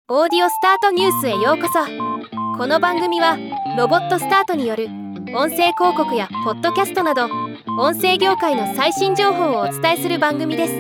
オーディオスタートニュースへようこそ。この番組はロボットスタートによる音声広告やポッドキャストなど音声業界の最新情報をお伝えする番組です。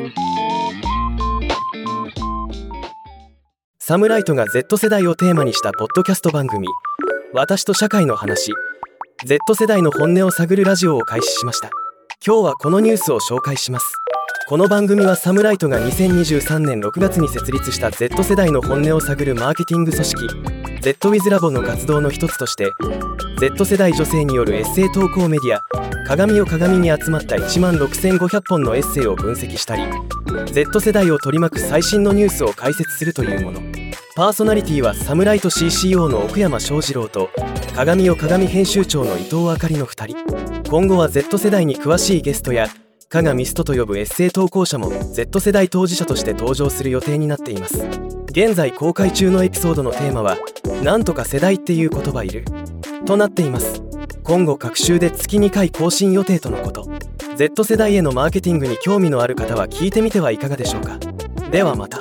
サムライトが Z 世代をテーマにしたポッドキャスト番組、私と社会の話 Z 世代の本音を探るラジオを開始しました。今日はこのニュースを紹介します。この番組はサムライトが2023年6月に設立した Z 世代の本音を探るマーケティング組織 Z-Wiz ラボの活動の一つとして、 Z 世代女性によるエッセイ投稿メディア鏡を鏡に集まった16,500本のエッセイを分析したり、 Z 世代を取り巻く最新のニュースを解説するというもの。パーソナリティはサムライト CCO の奥山翔二郎と鏡を鏡編集長の伊藤あかりの2人。今後は Z 世代に詳しいゲストや加賀ミストと呼ぶエッセイ投稿者も Z 世代当事者として登場する予定になっています。現在公開中のエピソードのテーマはなんとか世代っていう言葉いるとなっています。今後各週で月2回更新予定とのこと。 Z 世代へのマーケティングに興味のある方は聞いてみてはいかがでしょうか。ではまた。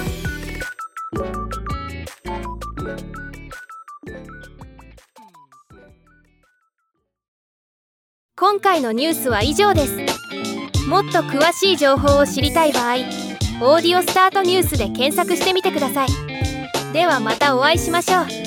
今回のニュースは以上です。もっと詳しい情報を知りたい場合、オーディオスタートニュースで検索してみてください。ではまたお会いしましょう。